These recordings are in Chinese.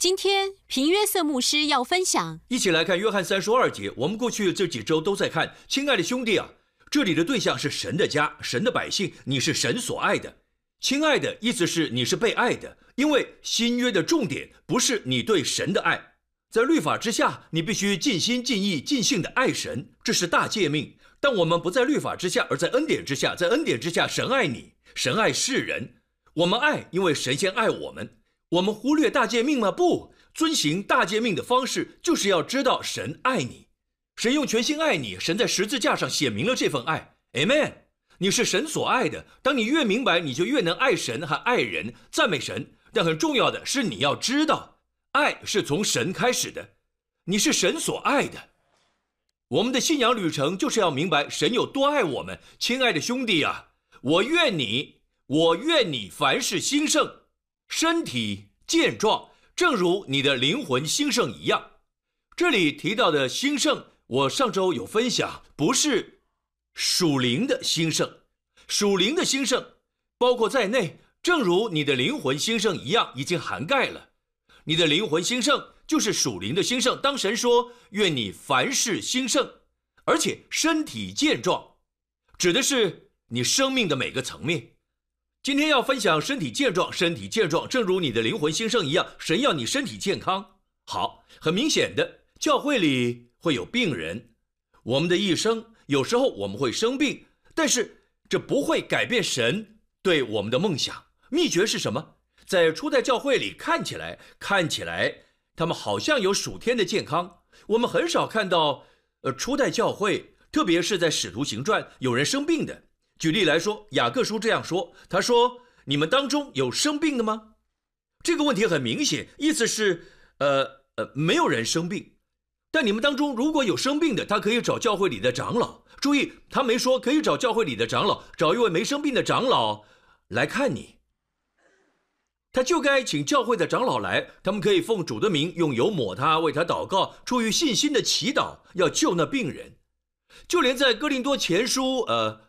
今天平约瑟牧师要分享， 一起来看约翰3书2节。我们过去这几周都在看，亲爱的兄弟啊，这里的对象是神的家，神的百姓，你是神所爱的。亲爱的意思是你是被爱的，因为新约的重点不是你对神的爱，在律法之下，你必须尽心尽意尽性的爱神，这是大诫命。但我们不在律法之下，而在恩典之下，在恩典之下，神爱你，神爱世人。我们爱，因为神先爱我们。我们忽略大诫命吗？不，遵行大诫命的方式就是要知道神爱你，神用全心爱你，神在十字架上显明了这份爱。 Amen。 你是神所爱的，当你越明白，你就越能爱神和爱人，赞美神。但很重要的是，你要知道爱是从神开始的，你是神所爱的。我们的信仰旅程就是要明白神有多爱我们。亲爱的兄弟啊，我愿你凡事兴盛，身体健壮，正如你的灵魂兴盛一样。这里提到的兴盛，我上周有分享，不是属灵的兴盛，属灵的兴盛包括在内，正如你的灵魂兴盛一样，已经涵盖了。你的灵魂兴盛就是属灵的兴盛。当神说愿你凡事兴盛，而且身体健壮，指的是你生命的每个层面。今天要分享身体健壮，身体健壮正如你的灵魂兴盛一样，神要你身体健康。好，很明显的，教会里会有病人，我们的一生有时候我们会生病，但是这不会改变神对我们的梦想。秘诀是什么？在初代教会里看起来他们好像有属天的健康。我们很少看到初代教会，特别是在使徒行传有人生病的。举例来说，雅各书这样说，他说你们当中有生病的吗？这个问题很明显，意思是没有人生病。但你们当中如果有生病的，他可以找教会里的长老。注意，他没说可以找教会里的长老，找一位没生病的长老来看你。他就该请教会的长老来，他们可以奉主的名用油抹他，为他祷告，出于信心的祈祷，要救那病人。就连在哥林多前书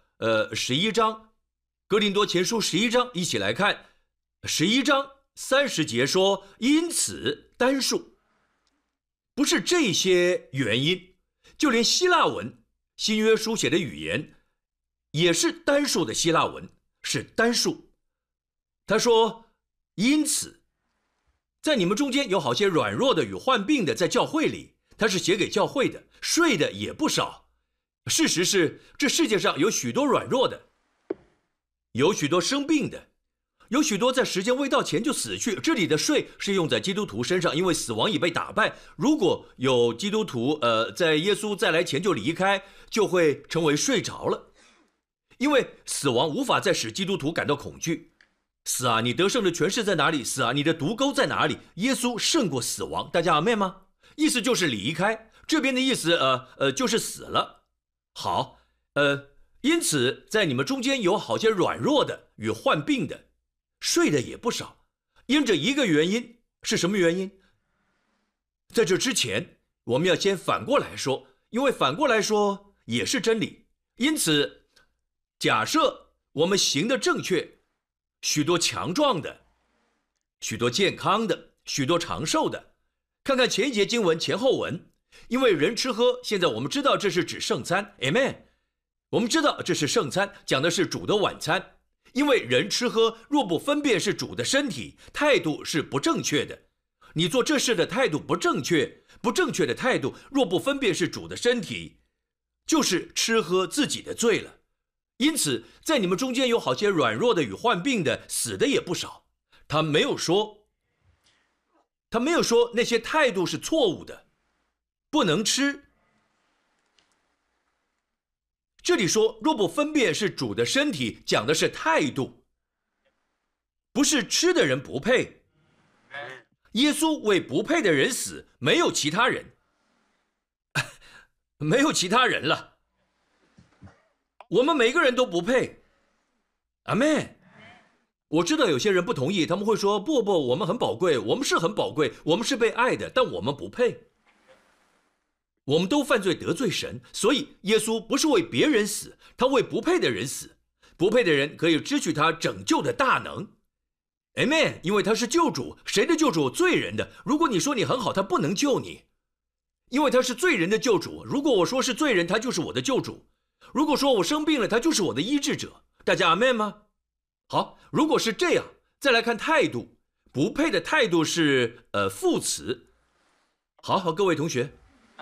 11章，哥林多前书11章，一起来看11章30节说，因此单数，不是这些原因，就连希腊文新约书写的语言也是单数的希腊文，是单数。他说因此，在你们中间有好些软弱的与患病的，在教会里，他是写给教会的，睡的也不少。事实是，这世界上有许多软弱的，有许多生病的，有许多在时间未到前就死去。这里的睡是用在基督徒身上，因为死亡已被打败。如果有基督徒在耶稣再来前就离开，就会成为睡着了，因为死亡无法再使基督徒感到恐惧。死啊，你得胜的权势在哪里？死啊，你的毒钩在哪里？耶稣胜过死亡。大家阿们吗？意思就是离开，这边的意思就是死了。好，因此在你们中间有好些软弱的与患病的，睡的也不少。因着一个原因，是什么原因？在这之前我们要先反过来说，因为反过来说也是真理。因此假设我们行的正确，许多强壮的，许多健康的，许多长寿的。看看前一节经文前后文，因为人吃喝，现在我们知道这是指圣餐 Amen。 我们知道这是圣餐，讲的是主的晚餐。因为人吃喝若不分辨是主的身体，态度是不正确的。你做这事的态度不正确，不正确的态度若不分辨是主的身体，就是吃喝自己的罪了。因此在你们中间有好些软弱的与患病的，死的也不少。他没有说那些态度是错误的，不能吃。这里说若不分辨是主的身体，讲的是态度，不是吃的人不配。耶稣为不配的人死，没有其他人，没有其他人了。我们每个人都不配。阿们。我知道有些人不同意，他们会说不，我们很宝贵，我们是很宝贵，我们是被爱的，但我们不配。我们都犯罪得罪神，所以耶稣不是为别人死，他为不配的人死。不配的人可以支取他拯救的大能。 Amen， 因为他是救主，谁的救主？罪人的。如果你说你很好，他不能救你，因为他是罪人的救主。如果我说是罪人，他就是我的救主。如果说我生病了，他就是我的医治者。大家 Amen 吗？好，如果是这样，再来看态度，不配的态度是副词。好，各位同学，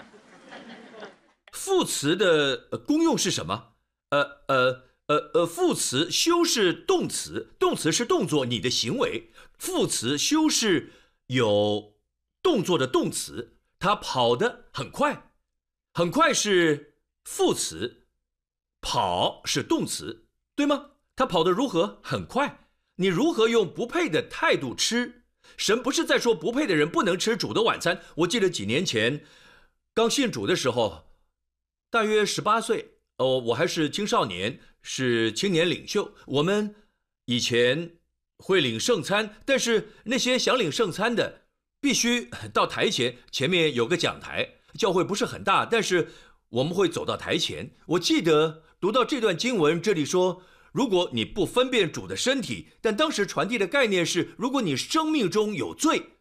副词的功用是什么？副词修饰动词，动词是动作，你的行为。副词修饰有动作的动词，他跑得很快，很快是副词，跑是动词，对吗？他跑得如何？很快。你如何用不配的态度吃？神不是在说不配的人不能吃主的晚餐。我记得几年前刚信主的时候，大约18岁，我还是青少年，是青年领袖。我们以前会领圣餐，但是那些想领圣餐的必须到台前，前面有个讲台，教会不是很大，但是我们会走到台前。我记得读到这段经文，这里说，如果你不分辨主的身体，但当时传递的概念是，如果你生命中有罪，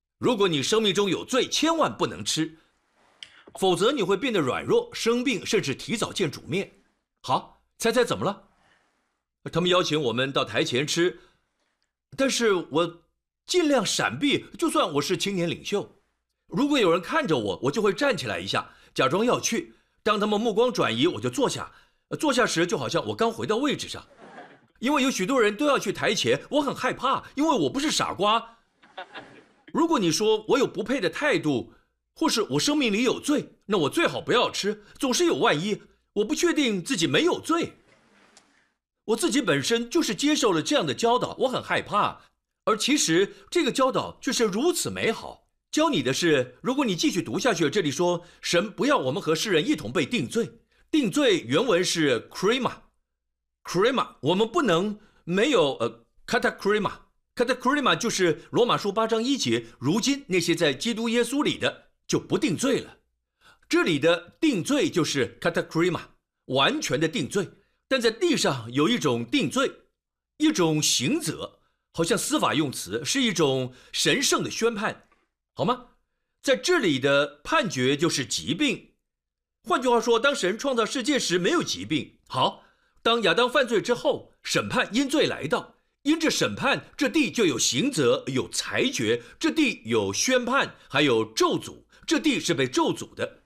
千万不能吃，否则你会变得软弱、生病，甚至提早见主面。好，猜猜怎么了？他们邀请我们到台前吃，但是我尽量闪避，就算我是青年领袖，如果有人看着我，我就会站起来一下，假装要去。当他们目光转移，我就坐下。坐下时就好像我刚回到位置上，因为有许多人都要去台前，我很害怕，因为我不是傻瓜。如果你说我有不配的态度，或是我生命里有罪，那我最好不要吃，总是有万一。我不确定自己没有罪，我自己本身就是接受了这样的教导，我很害怕。而其实这个教导就是如此美好，教你的是，如果你继续读下去，这里说神不要我们和世人一同被定罪。定罪原文是 krima， 我们不能没有katakrima 就是罗马书8章1节，如今那些在基督耶稣里的就不定罪了。这里的定罪就是 katakrima， 完全的定罪。但在地上有一种定罪，一种刑责，好像司法用词，是一种神圣的宣判，好吗？在这里的判决就是疾病。换句话说，当神创造世界时没有疾病。好，当亚当犯罪之后，审判因罪来到，因着审判，这地就有刑责，有裁决，这地有宣判，还有咒诅，这地是被咒诅的。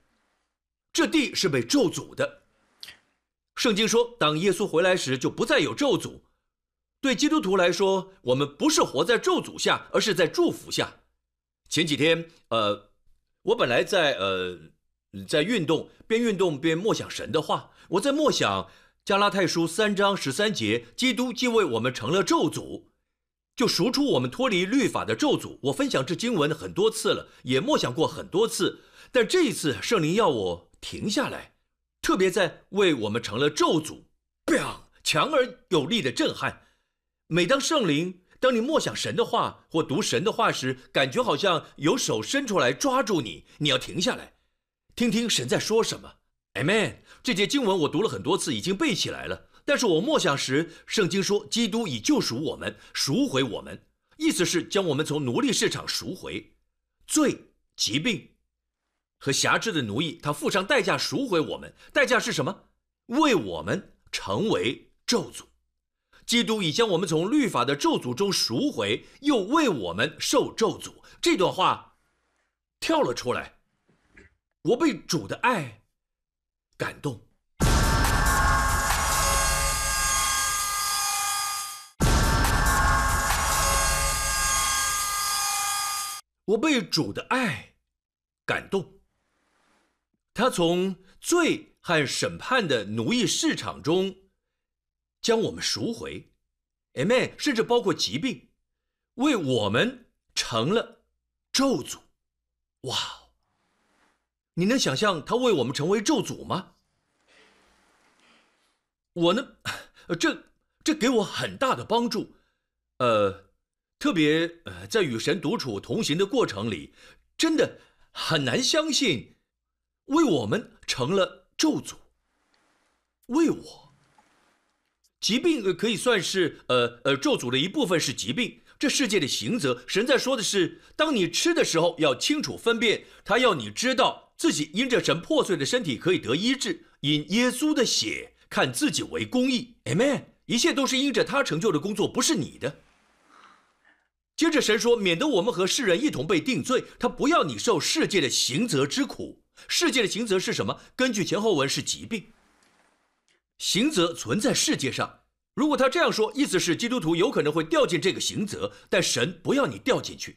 圣经说，当耶稣回来时，就不再有咒诅。对基督徒来说，我们不是活在咒诅下，而是在祝福下。前几天，我本来在运动，边运动边默想神的话。我在默想加拉太书3章13节，基督既为我们成了咒诅，就赎出我们脱离律法的咒诅。我分享这经文很多次了，也默想过很多次，但这一次圣灵要我停下来，特别在为我们成了咒诅，强而有力的震撼。每当圣灵，当你默想神的话或读神的话时，感觉好像有手伸出来抓住你，你要停下来听听神在说什么。 Amen。 这节经文我读了很多次，已经背起来了，但是我默想时，圣经说基督已救赎我们，赎回我们，意思是将我们从奴隶市场赎回。罪、疾病和辖制的奴役，他付上代价赎回我们。代价是什么？为我们成为咒诅。基督已将我们从律法的咒诅中赎回，又为我们受咒诅。这段话跳了出来，我被主的爱感动。我被主的爱感动。他从罪和审判的奴役市场中将我们赎回。 Amen。 甚至包括疾病，为我们成了咒诅。哇，你能想象他为我们成为咒诅吗？我呢，这给我很大的帮助。特别在与神独处同行的过程里，真的很难相信为我们成了咒诅。为我疾病可以算是咒诅的一部分，是疾病。 这世界的刑责，神在说的是，当你吃的时候要清楚分辨，他要你知道自己因着神破碎的身体可以得医治，因耶稣的血看自己为公义。 Amen， 一切都是因着他成就的工作，不是你的。接着神说，免得我们和世人一同被定罪，他不要你受世界的刑责之苦。世界的刑责是什么？根据前后文是疾病。刑责存在世界上，如果他这样说，意思是基督徒有可能会掉进这个刑责，但神不要你掉进去。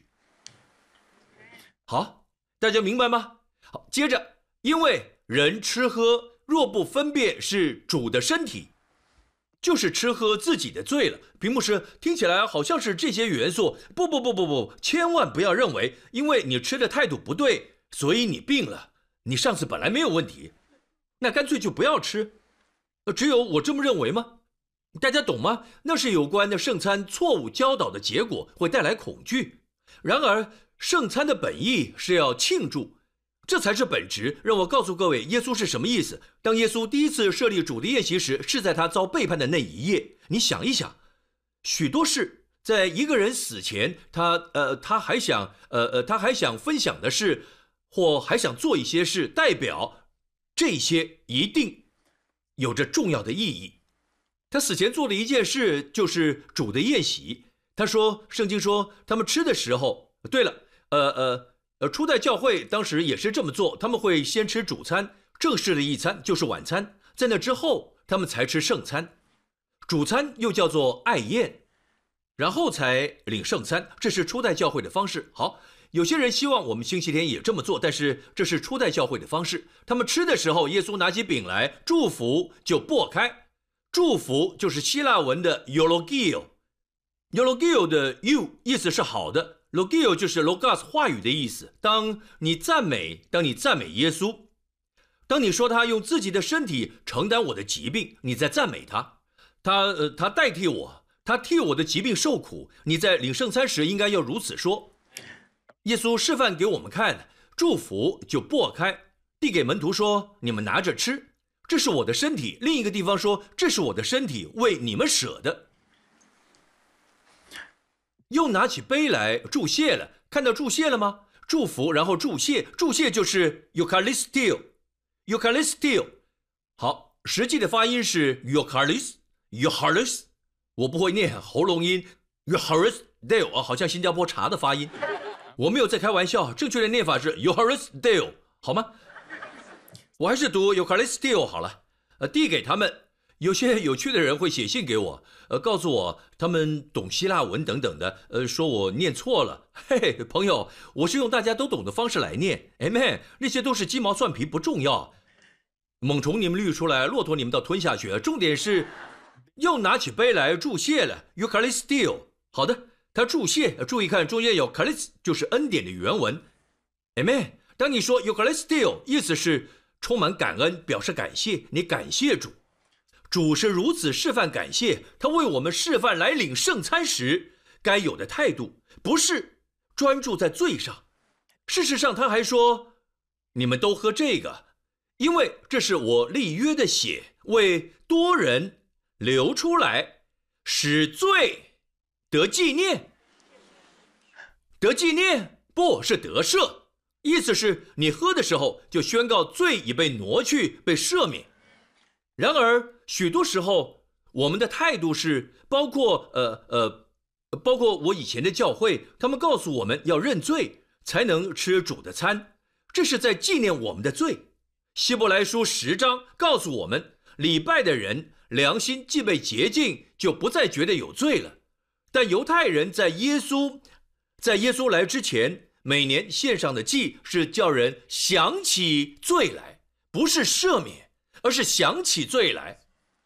好，大家明白吗？好，接着，因为人吃喝若不分辨是主的身体，就是吃喝自己的罪了。屏幕师听起来好像是这些元素，不，千万不要认为因为你吃的态度不对，所以你病了。你上次本来没有问题，那干脆就不要吃。只有我这么认为吗？大家懂吗？那是有关的圣餐错误教导的结果，会带来恐惧。然而圣餐的本意是要庆祝，这才是本质。让我告诉各位，耶稣是什么意思。当耶稣第一次设立主的宴席时，是在他遭背叛的那一夜。你想一想，许多事在一个人死前，他还想分享的事，或还想做一些事，代表这些一定有着重要的意义。他死前做的一件事就是主的宴席。他说，圣经说他们吃的时候，对了，初代教会当时也是这么做，他们会先吃主餐，正式的一餐就是晚餐，在那之后他们才吃圣餐。主餐又叫做爱宴，然后才领圣餐，这是初代教会的方式。好，有些人希望我们星期天也这么做，但是这是初代教会的方式。他们吃的时候，耶稣拿起饼来祝福，就擘开。祝福就是希腊文的 eulogio 的 eu 意思是好的， logio 就是 logos 话语的意思。当你赞美耶稣，当你说他用自己的身体承担我的疾病，你在赞美他，他代替我，他替我的疾病受苦。你在领圣餐时应该要如此说。耶稣示范给我们看，祝福就擘开，递给门徒说，你们拿着吃，这是我的身体。另一个地方说，这是我的身体，为你们舍的。又拿起杯来祝谢了，看到祝谢了吗？祝福然后祝谢，祝谢就是 Eucharistio。 好，实际的发音是 Eucharis， 我不会念喉咙音 Eucharistio， 好像新加坡茶的发音。我没有在开玩笑，正确的念法是 Eucharistio， 好吗？我还是读 Eucharistio 好了。递给他们。有些有趣的人会写信给我，告诉我他们懂希腊文等等的，说我念错了。嘿，朋友，我是用大家都懂的方式来念。Amen， 那些都是鸡毛蒜皮，不重要。猛虫你们滤出来，骆驼你们倒吞下去。重点是又拿起杯来祝谢了 Eucharistio。 好的，他祝谢，注意看中间有 Charis， 就是恩典的原文。Amen， 当你说 Eucharistio， 意思是充满感恩，表示感谢，你感谢主。主是如此示范感谢，他为我们示范来领圣餐时该有的态度，不是专注在罪上。事实上他还说，你们都喝这个，因为这是我立约的血，为多人流出来，使罪得纪念。得纪念不是得赦，意思是你喝的时候就宣告罪已被挪去，被赦免。然而许多时候我们的态度是，包括我以前的教会，他们告诉我们要认罪才能吃主的餐，这是在纪念我们的罪。希伯来书10章告诉我们，礼拜的人良心既被洁净，就不再觉得有罪了。但犹太人在耶稣来之前，每年献上的祭是叫人想起罪来，不是赦免，而是想起罪来。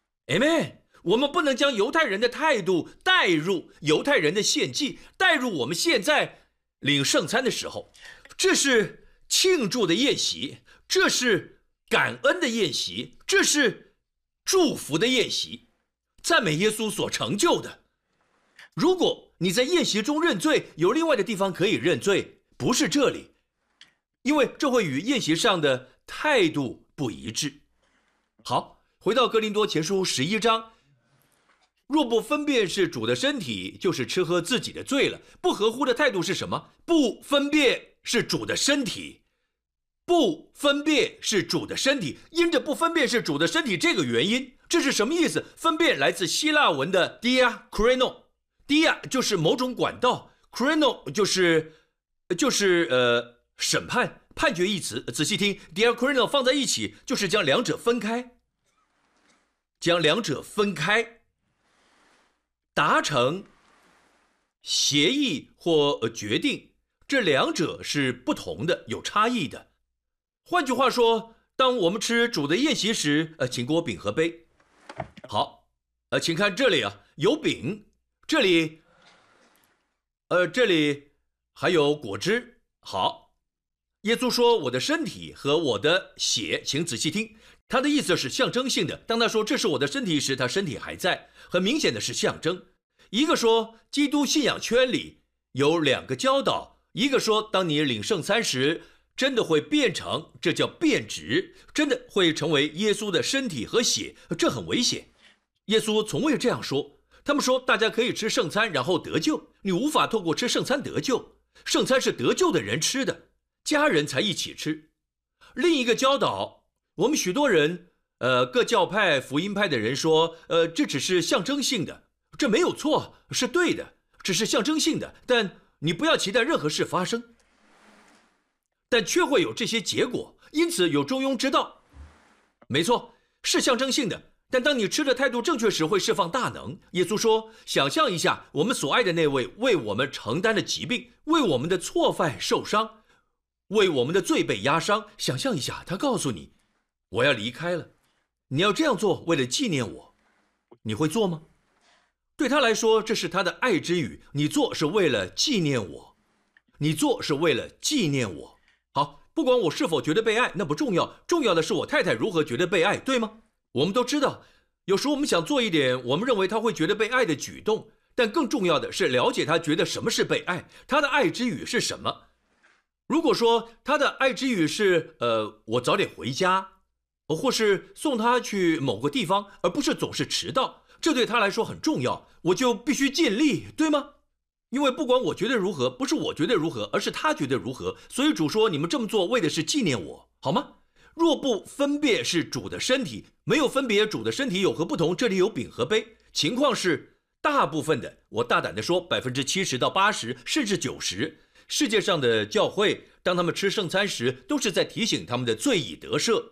Amen， 我们不能将犹太人的态度带入犹太人的献祭，带入我们现在领圣餐的时候。这是庆祝的宴席，这是感恩的宴席，这是祝福的宴席，赞美耶稣所成就的。如果你在宴席中认罪，有另外的地方可以认罪，不是这里，因为这会与宴席上的态度不一致。好，回到哥林多前书11章， 若不分辨是主的身体，就是吃喝自己的罪了。不合乎的态度是什么？不分辨是主的身体，不分辨是主的身体，因着不分辨是主的身体这个原因，这是什么意思？分辨来自希腊文的 diakrino，dia 就是某种管道 ，krino 就是审判、判决一词。仔细听 diakrino 放在一起就是将两者分开，将两者分开。达成协议或决定，这两者是不同的，有差异的。换句话说，当我们吃主的宴席时，请给我饼和杯。好，请看这里啊，有饼，这里还有果汁。好，耶稣说我的身体和我的血，请仔细听，他的意思是象征性的。当他说这是我的身体时，他身体还在，很明显的是象征。一个说基督信仰圈里有两个教导，一个说当你领圣餐时真的会变成，这叫变质，真的会成为耶稣的身体和血，这很危险。耶稣从未这样说，他们说大家可以吃圣餐然后得救，你无法透过吃圣餐得救，圣餐是得救的人吃的，家人才一起吃。另一个教导，我们许多人各教派福音派的人说这只是象征性的，这没有错，是对的，只是象征性的，但你不要期待任何事发生，但却会有这些结果，因此有中庸之道。没错，是象征性的，但当你吃的态度正确时，会释放大能。耶稣说，想象一下，我们所爱的那位为我们承担了疾病，为我们的错犯受伤，为我们的罪被压伤。想象一下，他告诉你，我要离开了，你要这样做，为了纪念我，你会做吗？对他来说，这是他的爱之语，你做是为了纪念我，你做是为了纪念我。好，不管我是否觉得被爱，那不重要，重要的是我太太如何觉得被爱，对吗？我们都知道，有时候我们想做一点我们认为他会觉得被爱的举动，但更重要的是了解他觉得什么是被爱，他的爱之语是什么。如果说他的爱之语是我早点回家，或是送他去某个地方，而不是总是迟到，这对他来说很重要，我就必须尽力，对吗？因为不管我觉得如何，不是我觉得如何，而是他觉得如何，所以主说你们这么做为的是纪念我，好吗？若不分别是主的身体，没有分别主的身体有何不同？这里有饼和杯，情况是大部分的，我大胆的说70%到80%甚至90%，世界上的教会当他们吃圣餐时，都是在提醒他们的罪已得赦，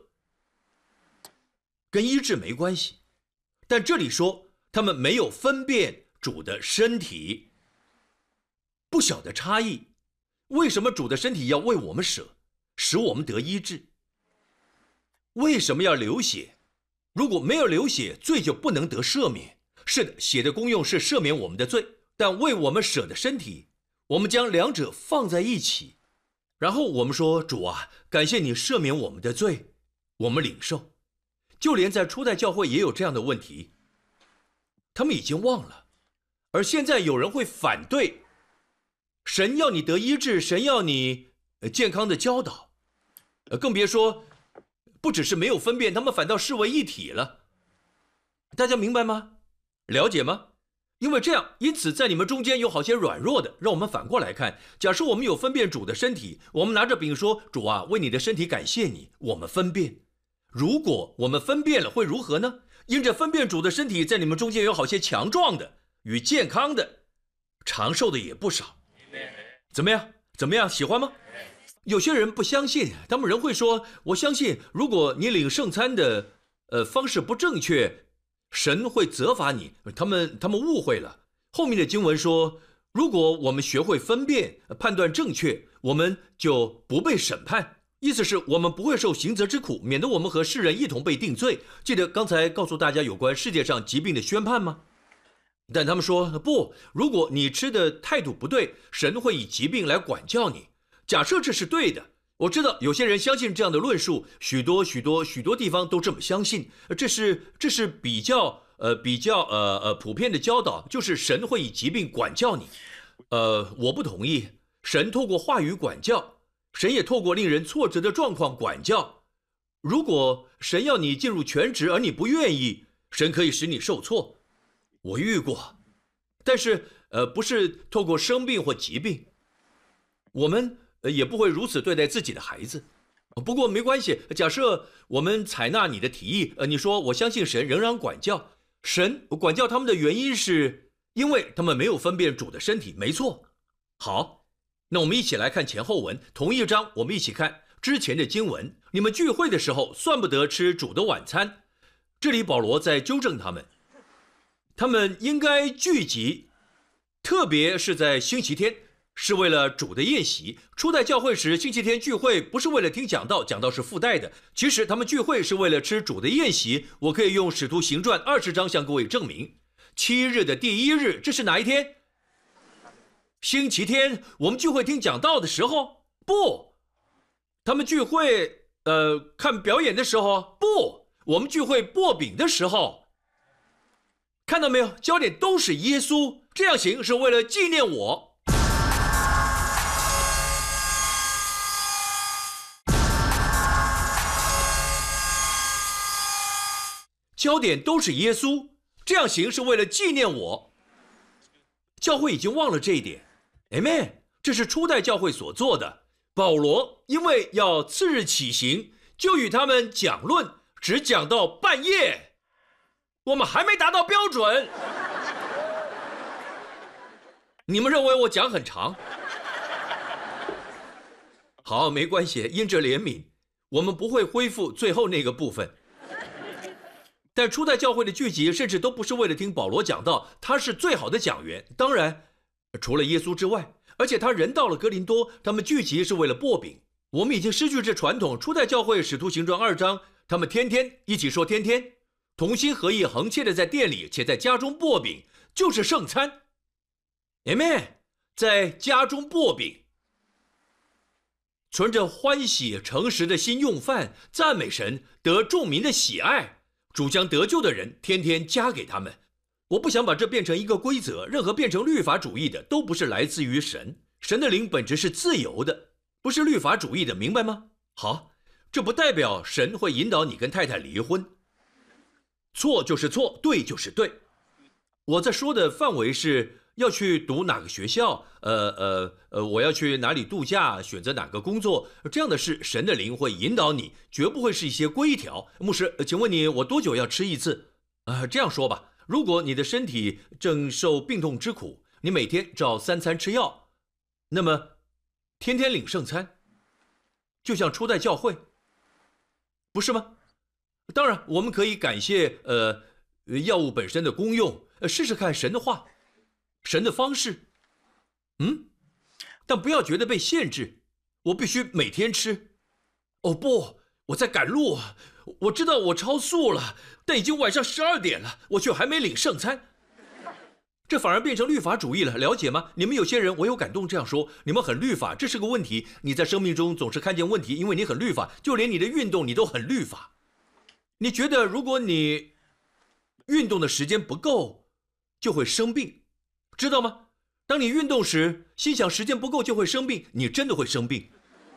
跟医治没关系。但这里说他们没有分辨主的身体，不小的差异。为什么主的身体要为我们舍，使我们得医治？为什么要流血？如果没有流血，罪就不能得赦免。是的，血的功用是赦免我们的罪，但为我们舍的身体，我们将两者放在一起，然后我们说，主啊，感谢你赦免我们的罪，我们领受。就连在初代教会也有这样的问题，他们已经忘了，而现在有人会反对神要你得医治，神要你健康的教导，更别说不只是没有分辨，他们反倒视为一体了。大家明白吗？了解吗？因为这样，因此在你们中间有好些软弱的。让我们反过来看，假设我们有分辨主的身体，我们拿着饼说，主啊，为你的身体感谢你，我们分辨。如果我们分辨了，会如何呢？因着分辨主的身体，在你们中间有好些强壮的与健康的，长寿的也不少。怎么样？怎么样？喜欢吗？有些人不相信，他们仍会说，我相信如果你领圣餐的方式不正确，神会责罚你。他们误会了。后面的经文说，如果我们学会分辨，判断正确，我们就不被审判。意思是我们不会受刑责之苦，免得我们和世人一同被定罪。记得刚才告诉大家有关世界上疾病的宣判吗？但他们说不，如果你吃的态度不对，神会以疾病来管教你。假设这是对的，我知道有些人相信这样的论述，许多地方都这么相信。这是比较普遍的教导，就是神会以疾病管教你。我不同意。神透过话语管教，神也透过令人挫折的状况管教。如果神要你进入全职，而你不愿意，神可以使你受挫。 我遇过，但是不是透过生病或疾病。我们也不会如此对待自己的孩子。不过没关系，假设我们采纳你的提议，你说我相信神仍然管教，神管教他们的原因是因为他们没有分辨主的身体，没错。好，那我们一起来看前后文，同一章我们一起看之前的经文。你们聚会的时候算不得吃主的晚餐。这里保罗在纠正他们，他们应该聚集，特别是在星期天，是为了主的宴席。初代教会时，星期天聚会不是为了听讲道，讲道是附带的。其实他们聚会是为了吃主的宴席。我可以用使徒行传20章向各位证明。7日的第1日，这是哪一天？星期天。我们聚会听讲道的时候？不。他们聚会看表演的时候？不。我们聚会擘饼的时候。看到没有？焦点都是耶稣。这样行是为了纪念我。焦点都是耶稣，这样行是为了纪念我。教会已经忘了这一点。Amen， 这是初代教会所做的。保罗因为要次日起行，就与他们讲论，只讲到半夜。我们还没达到标准。你们认为我讲很长？好，没关系，因着怜悯，我们不会恢复最后那个部分。但初代教会的聚集甚至都不是为了听保罗讲道，他是最好的讲员，当然除了耶稣之外，而且他人到了哥林多，他们聚集是为了擘饼。我们已经失去这传统。初代教会使徒行传2章，他们天天一起说天天，同心合意恒切的在店里且在家中擘饼，就是圣餐。 Amen， 在家中擘饼，存着欢喜诚实的心用饭，赞美神，得众民的喜爱。主将得救的人天天加给他们。我不想把这变成一个规则，任何变成律法主义的都不是来自于神。神的灵本质是自由的，不是律法主义的，明白吗？好，这不代表神会引导你跟太太离婚。错就是错，对就是对。我在说的范围是要去读哪个学校，我要去哪里度假，选择哪个工作，这样的事神的灵会引导你，绝不会是一些规条。牧师，请问你我多久要吃一次？这样说吧，如果你的身体正受病痛之苦，你每天照3餐吃药，那么天天领圣餐，就像初代教会，不是吗？当然我们可以感谢药物本身的功用，试试看神的话，神的方式，但不要觉得被限制，我必须每天吃。哦不，我在赶路，我知道我超速了，但已经晚上12点了，我却还没领圣餐。这反而变成律法主义了，了解吗？你们有些人，我有感动这样说，你们很律法，这是个问题。你在生命中总是看见问题，因为你很律法，就连你的运动你都很律法。你觉得如果你运动的时间不够，就会生病，知道吗？当你运动时心想时间不够就会生病，你真的会生病。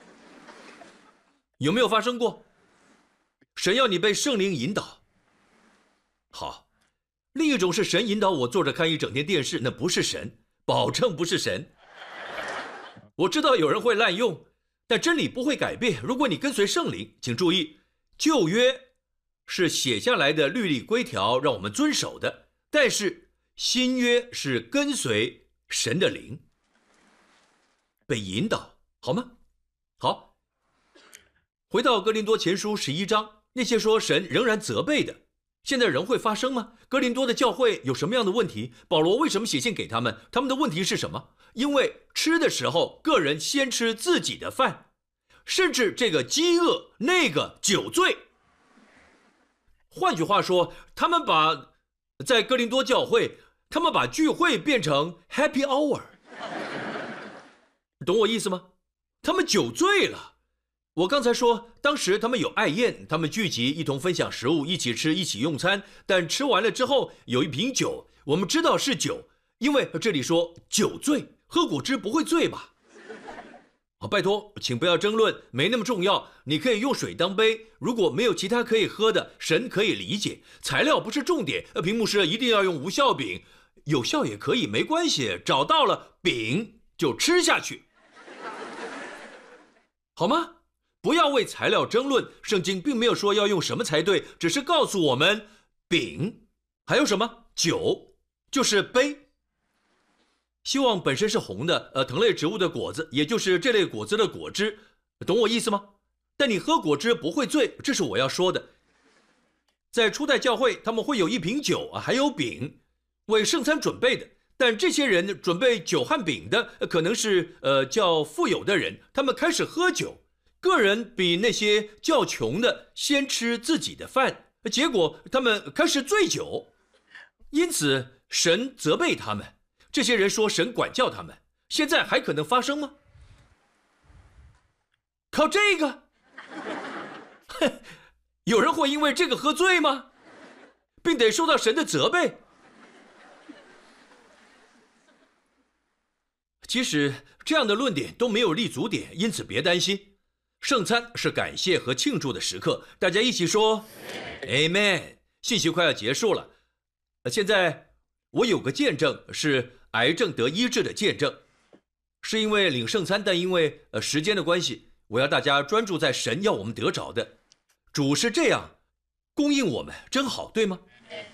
有没有发生过？神要你被圣灵引导。好，另一种是神引导我坐着看一整天电视，那不是神，保证不是神。我知道有人会滥用，但真理不会改变。如果你跟随圣灵，请注意，旧约是写下来的律例规条让我们遵守的，但是新约是跟随神的灵，被引导，好吗？好，回到哥林多前书11章，那些说神仍然责备的，现在仍会发生吗？哥林多的教会有什么样的问题？保罗为什么写信给他们？他们的问题是什么？因为吃的时候，个人先吃自己的饭，甚至这个饥饿，那个酒醉。换句话说，他们在哥林多教会，他们把聚会变成 happy hour， 懂我意思吗？他们酒醉了。我刚才说，当时他们有爱宴，他们聚集一同分享食物，一起吃，一起用餐，但吃完了之后有一瓶酒，我们知道是酒，因为这里说酒醉，喝果汁不会醉吧？ 拜托，请不要争论，没那么重要。你可以用水当杯，如果没有其他可以喝的，神可以理解。材料不是重点，屏幕师一定要用无效饼，有效也可以，没关系。找到了饼就吃下去，好吗？不要为材料争论，圣经并没有说要用什么才对，只是告诉我们饼，还有什么酒，就是杯。希望本身是红的，藤类植物的果子，也就是这类果子的果汁，懂我意思吗？但你喝果汁不会醉，这是我要说的。在初代教会，他们会有一瓶酒，还有饼，为圣餐准备的。但这些人准备酒和饼的，可能是较富有的人，他们开始喝酒。个人比那些较穷的先吃自己的饭，结果他们开始醉酒，因此神责备他们。这些人说神管教他们，现在还可能发生吗？靠这个？有人会因为这个喝醉吗？并得受到神的责备？其实这样的论点都没有立足点，因此别担心。圣餐是感谢和庆祝的时刻，大家一起说 Amen。 信息快要结束了，现在我有个见证，是癌症得医治的见证，是因为领圣餐，但因为时间的关系，我要大家专注在神要我们得着的。主是这样供应我们，真好，对吗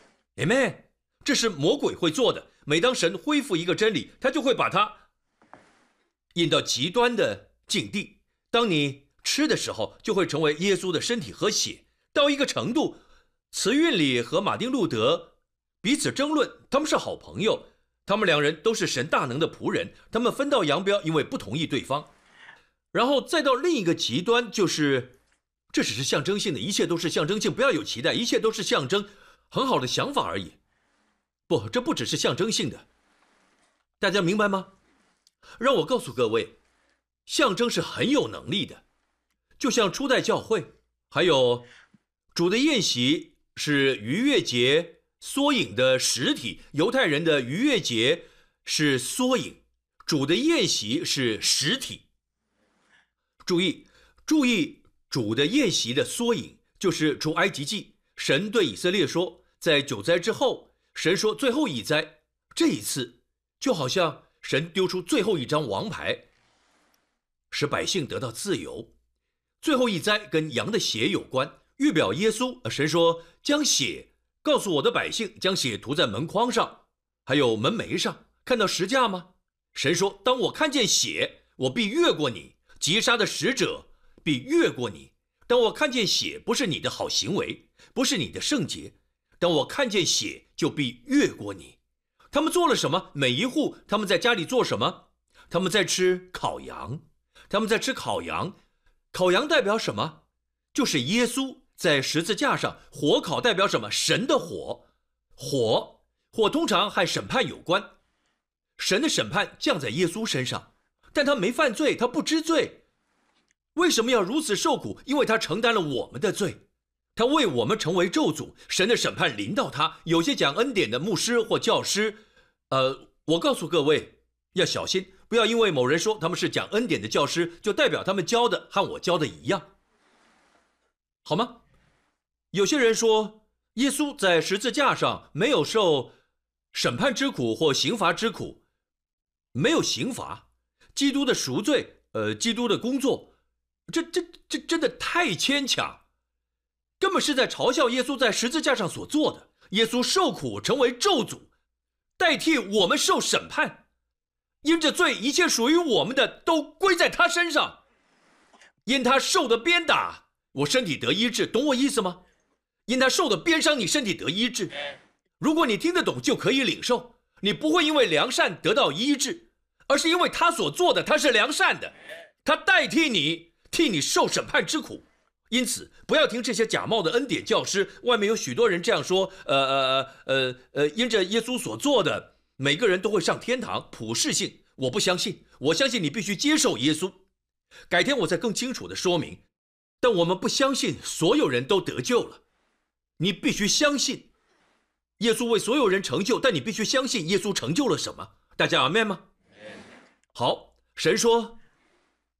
Amen。 这是魔鬼会做的，每当神恢复一个真理，他就会把它引到极端的境地。当你吃的时候，就会成为耶稣的身体和血，到一个程度，慈运里和马丁路德彼此争论，他们是好朋友，他们两人都是神大能的仆人，他们分道扬镳，因为不同意对方。然后再到另一个极端，就是这只是象征性的，一切都是象征性，不要有期待，一切都是象征，很好的想法而已。不，这不只是象征性的，大家明白吗？让我告诉各位，象征是很有能力的，就像初代教会，还有主的宴席是逾越节缩影的实体，犹太人的逾越节是缩影，主的宴席是实体。注意，主的宴席的缩影就是出埃及记，神对以色列说，在9灾之后，神说最后一灾，这一次就好像神丢出最后一张王牌，使百姓得到自由。最后一灾跟羊的血有关，预表耶稣。神说将血告诉我的百姓，将血涂在门框上，还有门楣上，看到石架吗？神说当我看见血，我必越过你，击杀的使者必越过你。当我看见血，不是你的好行为，不是你的圣洁，当我看见血，就必越过你。他们做了什么？每一户他们在家里做什么？他们在吃烤羊，他们在吃烤羊。烤羊代表什么？就是耶稣在十字架上。火烤代表什么？神的火。火通常和审判有关，神的审判降在耶稣身上，但他没犯罪，他不知罪。为什么要如此受苦？因为他承担了我们的罪，他为我们成为咒诅，神的审判临到他。有些讲恩典的牧师或教师，我告诉各位要小心，不要因为某人说他们是讲恩典的教师，就代表他们教的和我教的一样，好吗？有些人说耶稣在十字架上没有受审判之苦或刑罚之苦，没有刑罚，基督的赎罪，基督的工作，这真的太牵强，根本是在嘲笑耶稣在十字架上所做的。耶稣受苦成为咒诅，代替我们受审判，因着罪，一切属于我们的都归在他身上。因他受的鞭打，我身体得医治，懂我意思吗？因他受的鞭伤，你身体得医治。如果你听得懂，就可以领受。你不会因为良善得到医治，而是因为他所做的，他是良善的，他代替你，替你受审判之苦。因此不要听这些假冒的恩典教师，外面有许多人这样说，因着耶稣所做的，每个人都会上天堂，普世性。我不相信，我相信你必须接受耶稣。改天我再更清楚地说明，但我们不相信所有人都得救了。你必须相信耶稣为所有人成就，但你必须相信耶稣成就了什么。大家阿们吗？好，神说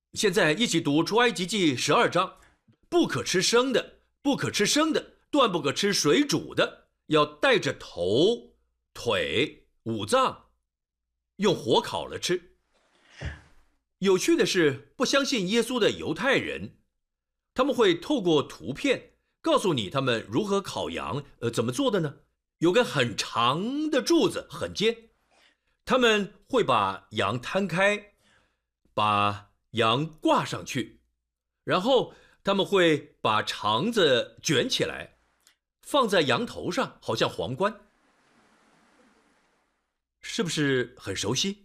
现在一起读出埃及记12章，不可吃生的，不可吃生的，断不可吃水煮的，要带着头、腿、五脏，用火烤了吃。有趣的是，不相信耶稣的犹太人，他们会透过图片告诉你他们如何烤羊，怎么做的呢？有根很长的柱子，很尖，他们会把羊摊开，把羊挂上去，然后他们会把肠子卷起来，放在羊头上，好像皇冠。是不是很熟悉？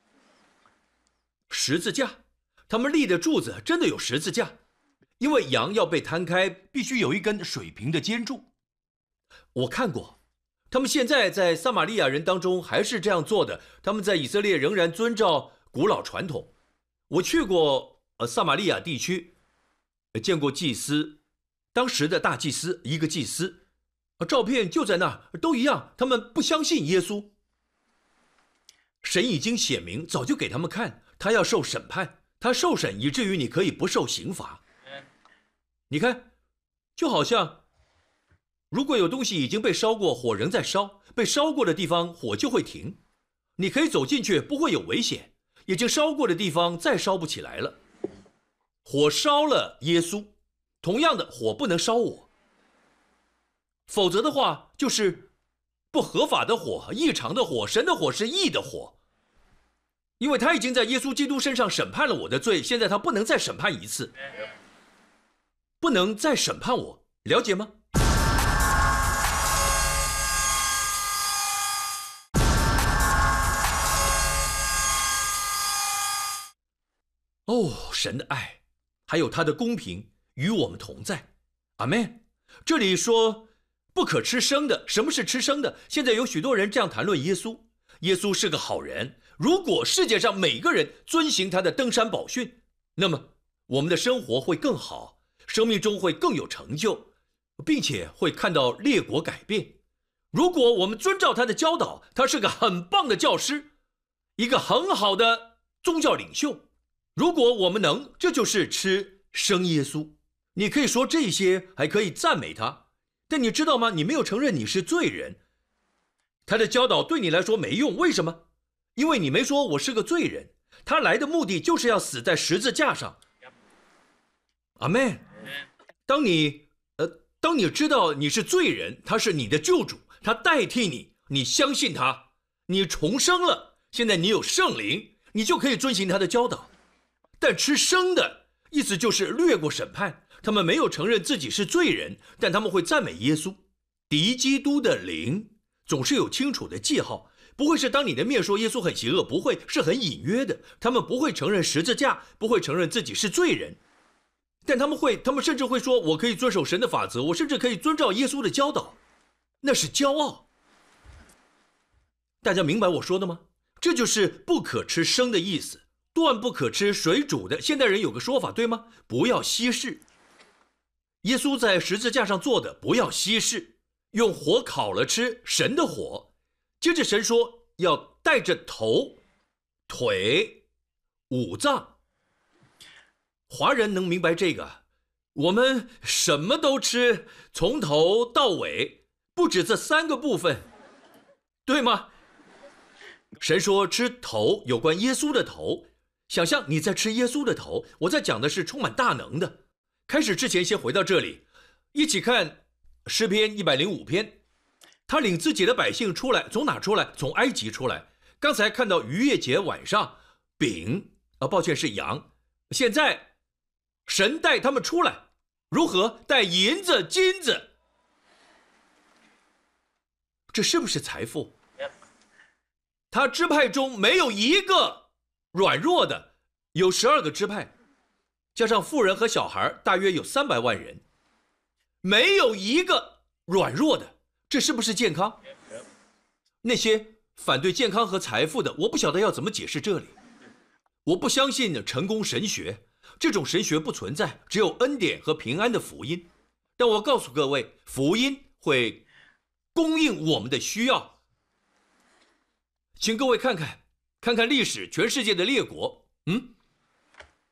十字架，他们立的柱子真的有十字架，因为羊要被摊开，必须有一根水平的尖柱。我看过，他们现在在撒玛利亚人当中还是这样做的，他们在以色列仍然遵照古老传统。我去过撒玛利亚地区，见过祭司，当时的大祭司，一个祭司，照片就在那儿，都一样，他们不相信耶稣。神已经显明，早就给他们看，他要受审判，他受审以至于你可以不受刑罚。你看，就好像如果有东西已经被烧过，火仍在烧，被烧过的地方火就会停，你可以走进去，不会有危险。已经烧过的地方再烧不起来了。火烧了耶稣，同样的，火不能烧我，否则的话就是不合法的火，异常的火。神的火是义的火，因为他已经在耶稣基督身上审判了我的罪，现在他不能再审判一次，不能再审判我，了解吗？哦，神的爱还有他的公平与我们同在，阿们。这里说不可吃生的，什么是吃生的？现在有许多人这样谈论耶稣，耶稣是个好人，如果世界上每个人遵行他的登山宝训，那么我们的生活会更好，生命中会更有成就，并且会看到列国改变。如果我们遵照他的教导，他是个很棒的教师，一个很好的宗教领袖。如果我们能，这就是吃生耶稣。你可以说这些，还可以赞美他，但你知道吗？你没有承认你是罪人，他的教导对你来说没用。为什么？因为你没说我是个罪人。他来的目的就是要死在十字架上。阿们。当你知道你是罪人，他是你的救主，他代替你，你相信他，你重生了，现在你有圣灵，你就可以遵行他的教导。但吃生的意思就是略过审判，他们没有承认自己是罪人，但他们会赞美耶稣。敌基督的灵总是有清楚的记号，不会是当你的面说耶稣很邪恶，不会，是很隐约的。他们不会承认十字架，不会承认自己是罪人，但他们甚至会说，我可以遵守神的法则，我甚至可以遵照耶稣的教导，那是骄傲。大家明白我说的吗？这就是不可吃生的意思，断不可吃水煮的。现代人有个说法，对吗？不要稀释。耶稣在十字架上做的，不要稀释，用火烤了吃，神的火。接着神说要带着头、腿、五脏。华人能明白这个，我们什么都吃，从头到尾，不止这3个部分，对吗？神说吃头，有关耶稣的头，想象你在吃耶稣的头。我在讲的是充满大能的。开始之前先回到这里，一起看诗篇105篇。他领自己的百姓出来，从哪出来？从埃及出来。刚才看到逾越节晚上饼，抱歉是羊，现在神带他们出来，如何？带银子金子，这是不是财富？他支派中没有一个软弱的，有12个支派，加上妇人和小孩，大约有300万人，没有一个软弱的，这是不是健康？那些反对健康和财富的，我不晓得要怎么解释这里。我不相信成功神学，这种神学不存在，只有恩典和平安的福音。但我告诉各位，福音会供应我们的需要。请各位看看历史，全世界的列国，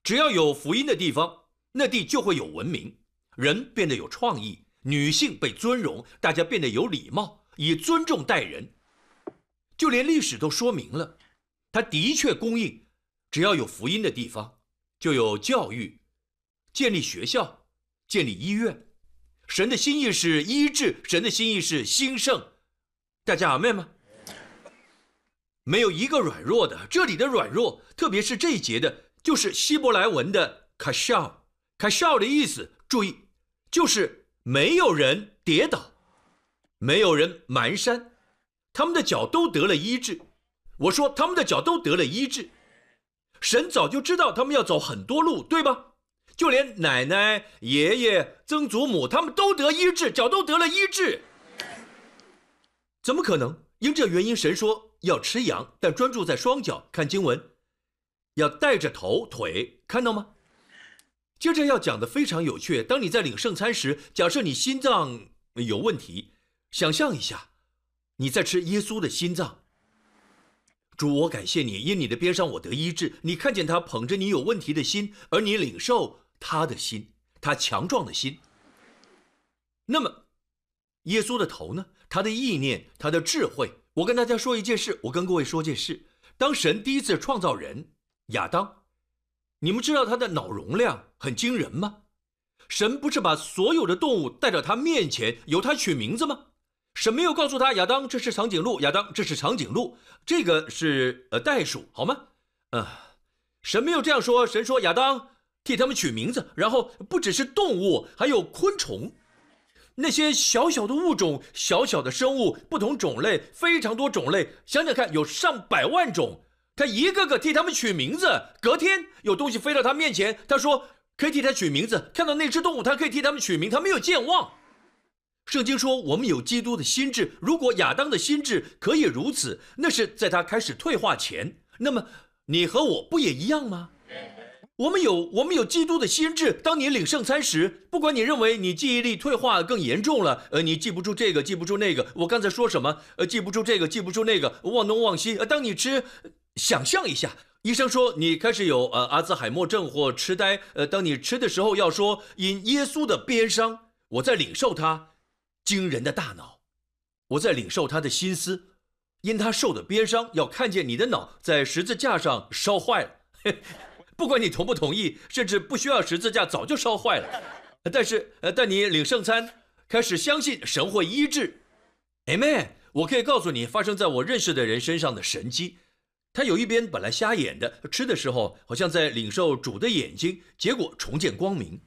只要有福音的地方，那地就会有文明，人变得有创意，女性被尊荣，大家变得有礼貌，以尊重待人。就连历史都说明了，它的确供应，只要有福音的地方，就有教育，建立学校，建立医院。神的心意是医治，神的心意是兴盛。大家阿们吗？没有一个软弱的，这里的软弱，特别是这一节的，就是希伯来文的卡绍。卡绍的意思，注意，就是没有人跌倒，没有人蹒跚，他们的脚都得了医治。我说他们的脚都得了医治，神早就知道他们要走很多路，对吧？就连奶奶、爷爷、曾祖母，他们都得医治，脚都得了医治。怎么可能？因这原因，神说要吃羊，但专注在双脚。看经文，要带着头腿，看到吗？接着要讲的非常有趣。当你在领圣餐时，假设你心脏有问题，想象一下，你在吃耶稣的心脏。主，我感谢你，因你的鞭伤我得医治。你看见他捧着你有问题的心，而你领受他的心，他强壮的心。那么耶稣的头呢？他的意念，他的智慧。我跟大家说一件事，我跟各位说件事。当神第一次创造人亚当，你们知道他的脑容量很惊人吗？神不是把所有的动物带到他面前，由他取名字吗？神没有告诉他，亚当这是长颈鹿，亚当这是长颈鹿，这个是袋鼠，好吗？神没有这样说。神说亚当替他们取名字，然后不只是动物，还有昆虫，那些小小的物种，小小的生物，不同种类，非常多种类，想想看，有上百万种，他一个个替他们取名字。隔天有东西飞到他面前，他说可以替他取名字，看到那只动物，他可以替他们取名，他没有健忘。圣经说我们有基督的心智，如果亚当的心智可以如此，那是在他开始退化前，那么你和我不也一样吗？我们有基督的心智。当你领圣餐时，不管你认为你记忆力退化更严重了，你记不住这个，记不住那个，我刚才说什么？记不住这个，记不住那个，忘东忘西。当你吃，想象一下，医生说你开始有阿兹海默症或痴呆。当你吃的时候要说因耶稣的鞭伤，我在领受他惊人的大脑，我在领受他的心思，因他受的鞭伤，要看见你的脑在十字架上烧坏了。不管你同不同意，甚至不需要十字架，早就烧坏了。但你领圣餐，开始相信神会医治。Amen。我可以告诉你，发生在我认识的人身上的神迹。他有一边本来瞎眼的，吃的时候好像在领受主的眼睛，结果重见光明。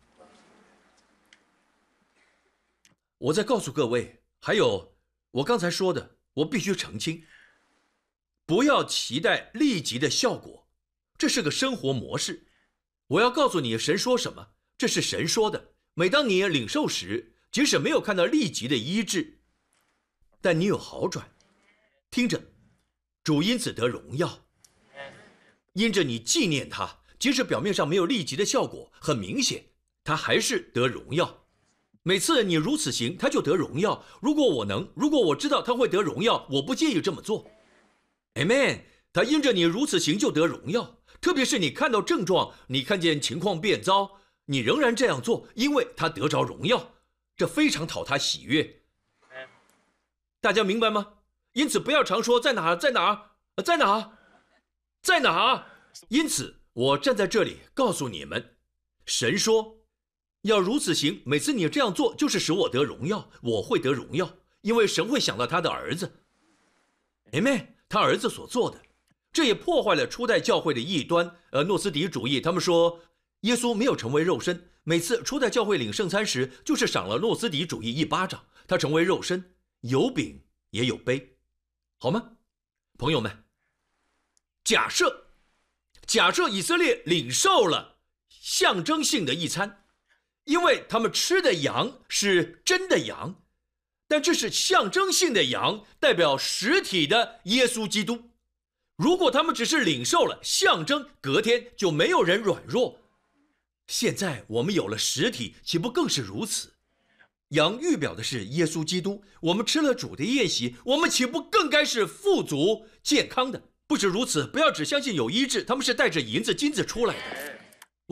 我再告诉各位，还有我刚才说的，我必须澄清，不要期待立即的效果，这是个生活模式。我要告诉你，神说什么，这是神说的。每当你领受时，即使没有看到立即的医治，但你有好转。听着，主因此得荣耀，因着你纪念他，即使表面上没有立即的效果，很明显他还是得荣耀。每次你如此行，他就得荣耀。如果我知道他会得荣耀，我不介意这么做。 Amen。 他因着你如此行就得荣耀。特别是你看到症状，你看见情况变糟，你仍然这样做，因为他得着荣耀，这非常讨他喜悦。大家明白吗？因此不要常说在哪在哪在哪在哪。因此我站在这里告诉你们，神说要如此行，每次你这样做就是使我得荣耀，我会得荣耀，因为神会想到他的儿子。 Amen。 他儿子所做的，这也破坏了初代教会的异端，诺斯底主义。他们说耶稣没有成为肉身，每次初代教会领圣餐时就是赏了诺斯底主义一巴掌，他成为肉身，有饼也有杯，好吗？朋友们，假设以色列领受了象征性的一餐，因为他们吃的羊是真的羊，但这是象征性的羊，代表实体的耶稣基督。如果他们只是领受了象征，隔天就没有人软弱。现在我们有了实体，岂不更是如此？羊预表的是耶稣基督，我们吃了主的宴席，我们岂不更该是富足健康的？不止如此，不要只相信有医治，他们是带着银子金子出来的。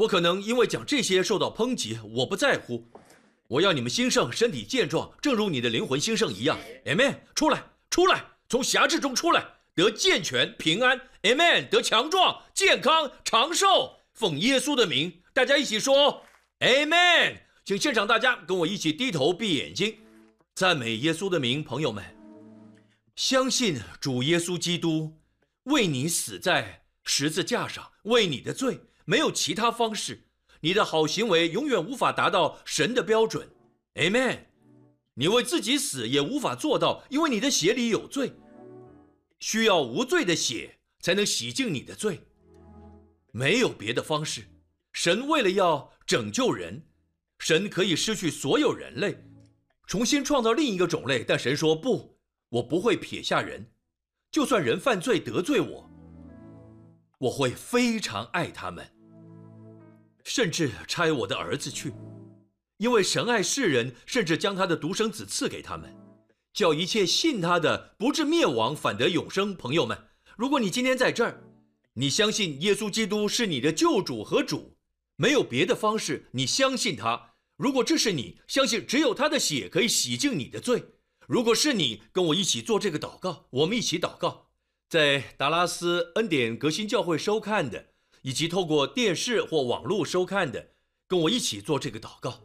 我可能因为讲这些受到抨击，我不在乎。我要你们兴盛，身体健壮，正如你的灵魂兴盛一样。Amen！ 出来，出来，从辖制中出来，得健全平安。Amen！ 得强壮、健康、长寿。奉耶稣的名，大家一起说 Amen！ 请现场大家跟我一起低头闭眼睛，赞美耶稣的名。朋友们，相信主耶稣基督为你死在十字架上，为你的罪，没有其他方式。你的好行为永远无法达到神的标准。 Amen！ 你为自己死也无法做到，因为你的血里有罪，需要无罪的血才能洗净你的罪，没有别的方式。神为了要拯救人，神可以失去所有人类，重新创造另一个种类，但神说不，我不会撇下人，就算人犯罪得罪我，我会非常爱他们，甚至差我的儿子去，因为神爱世人，甚至将他的独生子赐给他们，叫一切信他的不至灭亡，反得永生。朋友们，如果你今天在这儿，你相信耶稣基督是你的救主和主，没有别的方式，你相信他。如果这是你，相信只有他的血可以洗净你的罪。如果是你，跟我一起做这个祷告，我们一起祷告。在达拉斯恩典革新教会收看的，以及透过电视或网络收看的，跟我一起做这个祷告。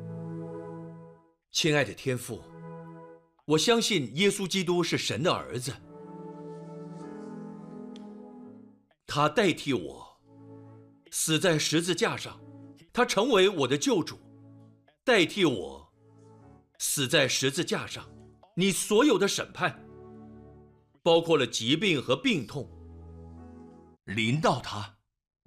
亲爱的天父，我相信耶稣基督是神的儿子，他代替我死在十字架上，他成为我的救主，代替我死在十字架上。你所有的审判，包括了疾病和病痛，临到他，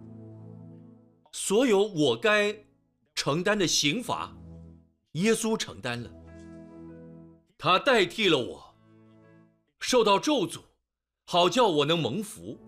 所有我该承担的刑罚，耶稣承担了，他代替了我受到咒诅，好叫我能蒙福。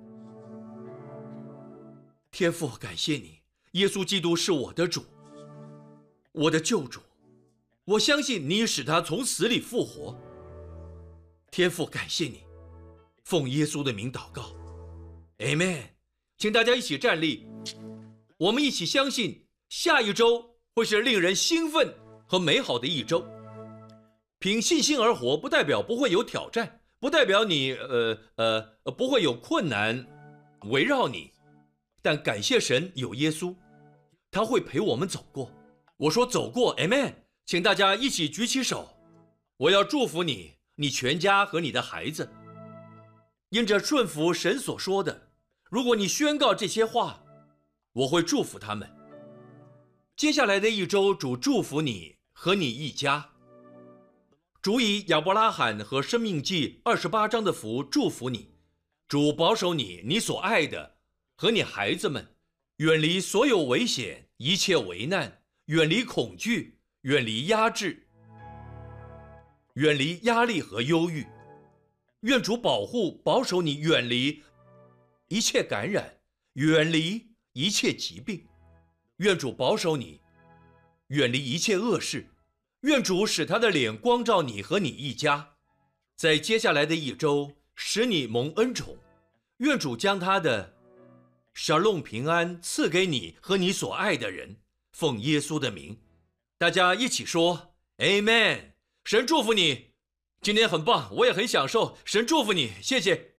天父，感谢你，耶稣基督是我的主，我的救主，我相信你使他从死里复活。天父，感谢你，奉耶稣的名祷告 Amen。 请大家一起站立，我们一起相信下一周会是令人兴奋和美好的一周。凭信心而活，不代表不会有挑战，不代表你不会有困难围绕你，但感谢神有耶稣，他会陪我们走过。我说走过 Amen。 请大家一起举起手，我要祝福你，你全家和你的孩子，因着顺服神所说的，如果你宣告这些话，我会祝福他们。接下来的一周，主祝福你和你一家。主以亚伯拉罕和申命记28章的福祝福你，主保守你，你所爱的和你孩子们，远离所有危险，一切危难，远离恐惧，远离压制，远离压力和忧郁。愿主保护保守你，远离一切感染，远离一切疾病。愿主保守你，远离一切恶事。愿主使他的脸光照你和你一家，在接下来的一周使你蒙恩宠。愿主将他的沙龙平安赐给你和你所爱的人，奉耶稣的名。大家一起说 Amen。 神祝福你，今天很棒，我也很享受，神祝福你，谢谢。